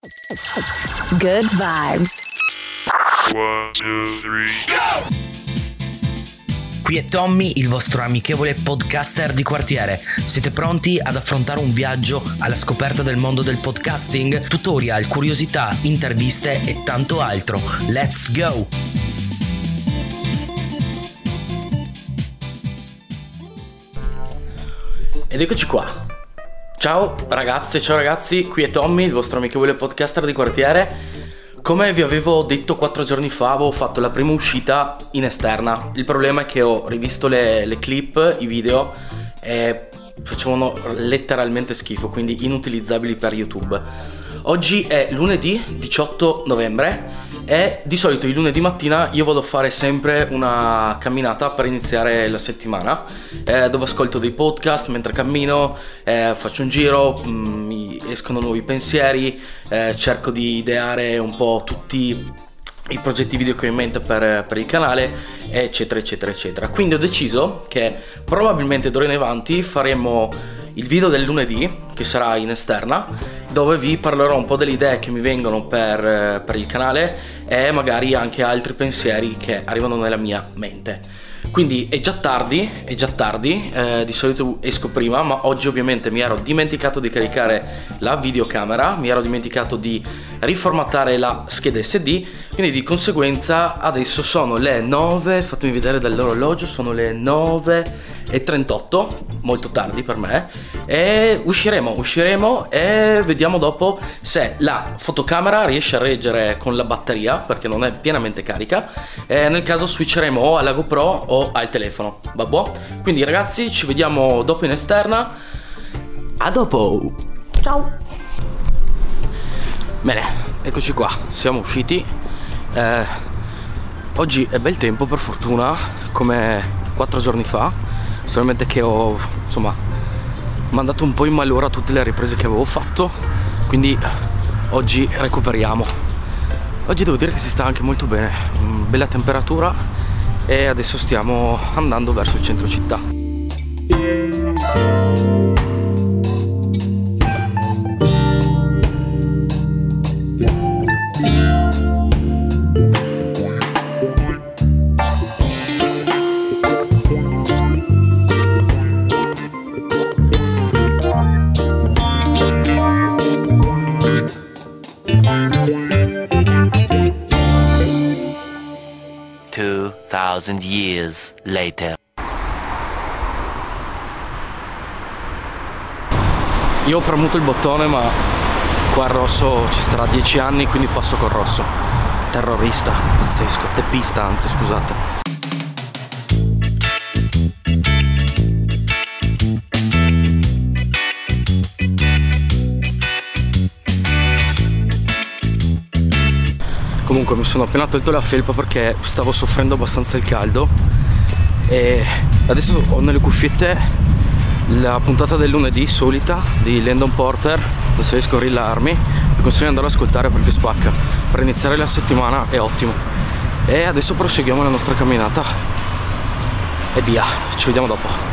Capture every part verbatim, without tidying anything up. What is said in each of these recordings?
Good vibes. One, two, three, go! Qui è Tommy, il vostro amichevole podcaster di quartiere. Siete pronti ad affrontare un viaggio alla scoperta del mondo del podcasting? Tutorial, curiosità, interviste e tanto altro. Let's go! Ed eccoci qua. Ciao ragazze, ciao ragazzi, qui è Tommy, il vostro amichevole podcaster di quartiere. Come vi avevo detto quattro giorni fa, avevo fatto la prima uscita in esterna. Il problema è che ho rivisto le, le clip, i video e facevano letteralmente schifo, quindi inutilizzabili per YouTube. Oggi è lunedì diciotto novembre e di solito il lunedì mattina io vado a fare sempre una camminata per iniziare la settimana, eh, dove ascolto dei podcast mentre cammino, eh, faccio un giro, mh, mi escono nuovi pensieri, eh, cerco di ideare un po' tutti i progetti video che ho in mente per, per il canale, eccetera eccetera eccetera. Quindi ho deciso che probabilmente d'ora in avanti faremo il video del lunedì, che sarà in esterna, dove vi parlerò un po' delle idee che mi vengono per, per il canale e magari anche altri pensieri che arrivano nella mia mente. Quindi è già tardi, è già tardi, eh, di solito esco prima, ma oggi ovviamente mi ero dimenticato di caricare la videocamera, mi ero dimenticato di riformattare la scheda esse di, quindi di conseguenza adesso sono le nove, fatemi vedere dall'orologio, sono le nove e trentotto, molto tardi per me, e usciremo, usciremo e vediamo dopo se la fotocamera riesce a reggere con la batteria, perché non è pienamente carica, e nel caso switcheremo o alla GoPro o al telefono, vabbè? Quindi ragazzi, ci vediamo dopo in esterna. A dopo. Ciao. Bene, eccoci qua, siamo usciti. Eh, oggi è bel tempo per fortuna, come quattro giorni fa, solamente che ho, insomma, mandato un po' in malora tutte le riprese che avevo fatto, quindi oggi recuperiamo. Oggi devo dire che si sta anche molto bene, bella temperatura e adesso stiamo andando verso il centro città. Two thousand years later. Io ho premuto il bottone, ma qua il rosso ci starà dieci anni, quindi passo col rosso. Terrorista, pazzesco, teppista anzi, scusate. Comunque mi sono appena tolto la felpa perché stavo soffrendo abbastanza il caldo e adesso ho nelle cuffiette la puntata del lunedì solita di Landon Porter, non se riesco a rillarmi, vi consiglio di andare ad ascoltare perché spacca, per iniziare la settimana è ottimo. E adesso proseguiamo la nostra camminata e via, ci vediamo dopo.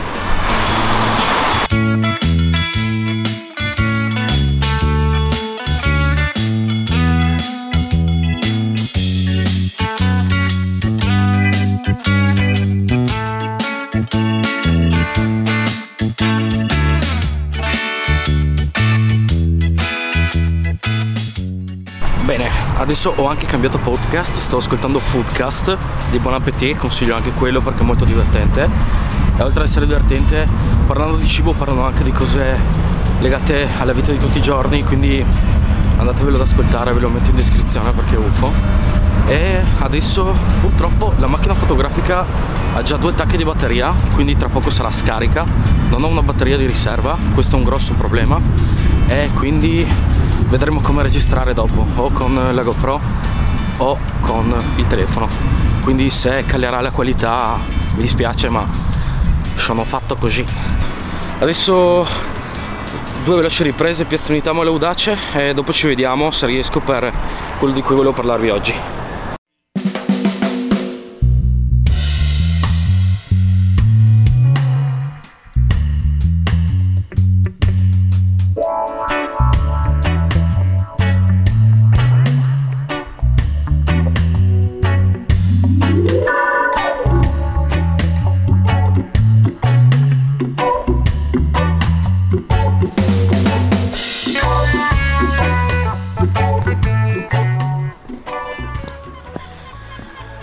Bene, adesso ho anche cambiato podcast, sto ascoltando Foodcast di Bon Appétit, consiglio anche quello perché è molto divertente. E oltre ad essere divertente, parlando di cibo parlano anche di cose legate alla vita di tutti i giorni, quindi andatevelo ad ascoltare, ve lo metto in descrizione perché è U F O. E adesso purtroppo la macchina fotografica ha già due tacche di batteria, quindi tra poco sarà scarica. Non ho una batteria di riserva, questo è un grosso problema e quindi vedremo come registrare dopo, o con la GoPro o con il telefono. Quindi se calerà la qualità mi dispiace, ma sono fatto così. Adesso due veloci riprese, Piazza Unità Mole Audace, e dopo ci vediamo se riesco per quello di cui volevo parlarvi oggi.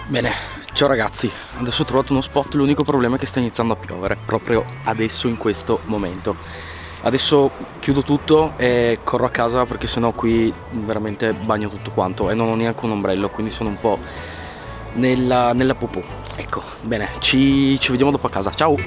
Bene, ciao ragazzi, adesso ho trovato uno spot, l'unico problema è che sta iniziando a piovere, proprio adesso in questo momento. Adesso chiudo tutto e corro a casa perché sennò qui veramente bagno tutto quanto e non ho neanche un ombrello, quindi sono un po' nella, nella pupù. Ecco, bene, ci, ci vediamo dopo a casa, ciao!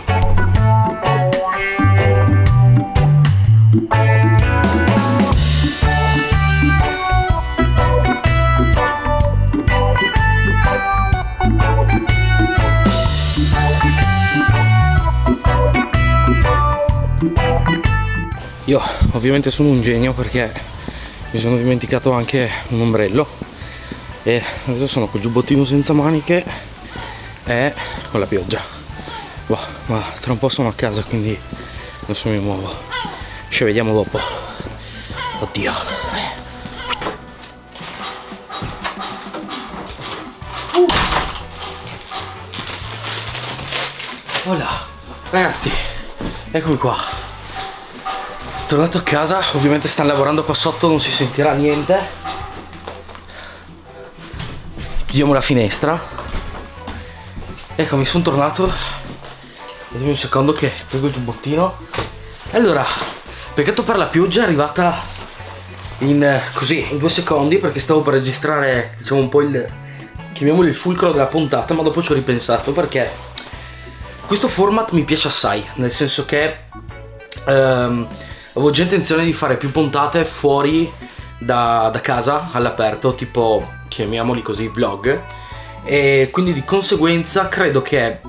Io ovviamente sono un genio perché mi sono dimenticato anche un ombrello e adesso sono col giubbottino senza maniche e con la pioggia. Boh, ma tra un po' sono a casa, quindi adesso mi muovo. Ci vediamo dopo. Oddio. Hola, ragazzi, eccomi qua. Tornato a casa, ovviamente stanno lavorando qua sotto, non si sentirà niente. Chiudiamo la finestra. Ecco, mi sono tornato. Vediamo un secondo che tolgo il giubbottino. Allora, peccato per la pioggia, è arrivata in così, in due secondi, perché stavo per registrare, diciamo, un po' il, chiamiamolo il fulcro della puntata, ma dopo ci ho ripensato perché questo format mi piace assai, nel senso che um, avevo già intenzione di fare più puntate fuori da, da casa, all'aperto, tipo, chiamiamoli così, vlog. E quindi di conseguenza credo che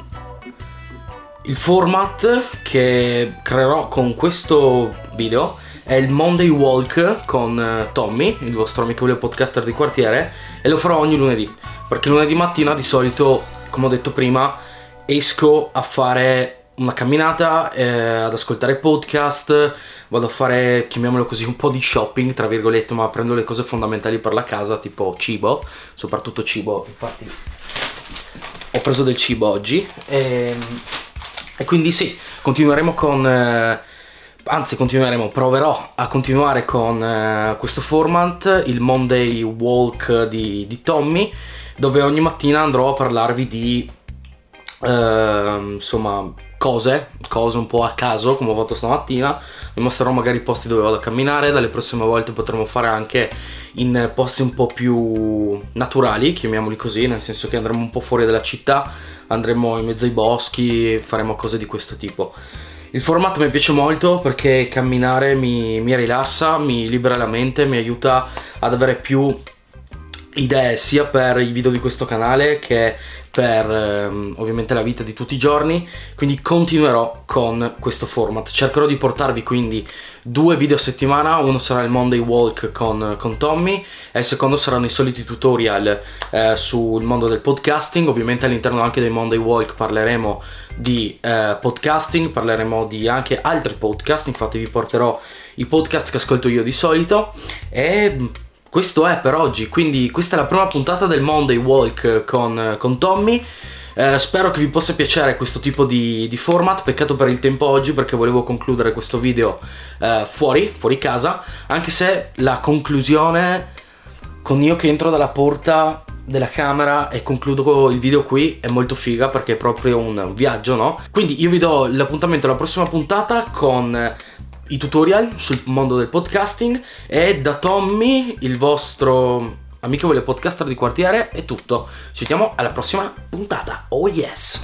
il format che creerò con questo video è il Monday Walk con Tommy, il vostro amichevole podcaster di quartiere, e lo farò ogni lunedì, perché lunedì mattina di solito, come ho detto prima, esco a fare una camminata, eh, ad ascoltare podcast, vado a fare, chiamiamolo così, un po' di shopping, tra virgolette, ma prendo le cose fondamentali per la casa, tipo cibo, soprattutto cibo, infatti ho preso del cibo oggi, e, e quindi sì, continueremo con, eh, anzi continueremo, proverò a continuare con eh, questo format, il Monday Walk di, di Tommy, dove ogni mattina andrò a parlarvi di, eh, insomma, cose, cose un po' a caso, come ho fatto stamattina. Vi mostrerò magari i posti dove vado a camminare. Dalle prossime volte potremo fare anche in posti un po' più naturali, chiamiamoli così, nel senso che andremo un po' fuori dalla città, andremo in mezzo ai boschi, faremo cose di questo tipo. Il format mi piace molto perché camminare mi, mi rilassa, mi libera la mente, mi aiuta ad avere più idee sia per i video di questo canale che per ehm, ovviamente la vita di tutti i giorni, quindi continuerò con questo format. Cercherò di portarvi quindi due video a settimana, uno sarà il Monday Walk con, con Tommy e il secondo saranno i soliti tutorial eh, sul mondo del podcasting. Ovviamente all'interno anche dei Monday Walk parleremo di eh, podcasting, parleremo di anche altri podcast, infatti vi porterò i podcast che ascolto io di solito e questo è per oggi, quindi questa è la prima puntata del Monday Walk con, con Tommy. Eh, spero che vi possa piacere questo tipo di, di format, peccato per il tempo oggi perché volevo concludere questo video eh, fuori, fuori casa, anche se la conclusione con io che entro dalla porta della camera e concludo il video qui è molto figa perché è proprio un viaggio, no? Quindi io vi do l'appuntamento alla prossima puntata con i tutorial sul mondo del podcasting e da Tommy, il vostro amichevole podcaster di quartiere, è tutto. Ci vediamo alla prossima puntata. Oh yes!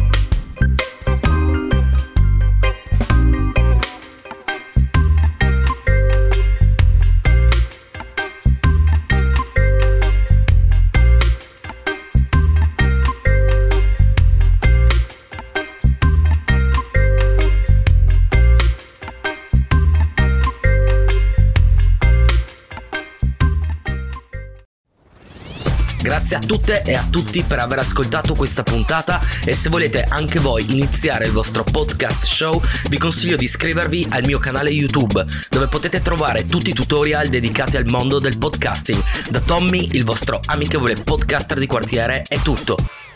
Grazie a tutte e a tutti per aver ascoltato questa puntata e se volete anche voi iniziare il vostro podcast show vi consiglio di iscrivervi al mio canale YouTube dove potete trovare tutti i tutorial dedicati al mondo del podcasting. Da Tommy, il vostro amichevole podcaster di quartiere, è tutto.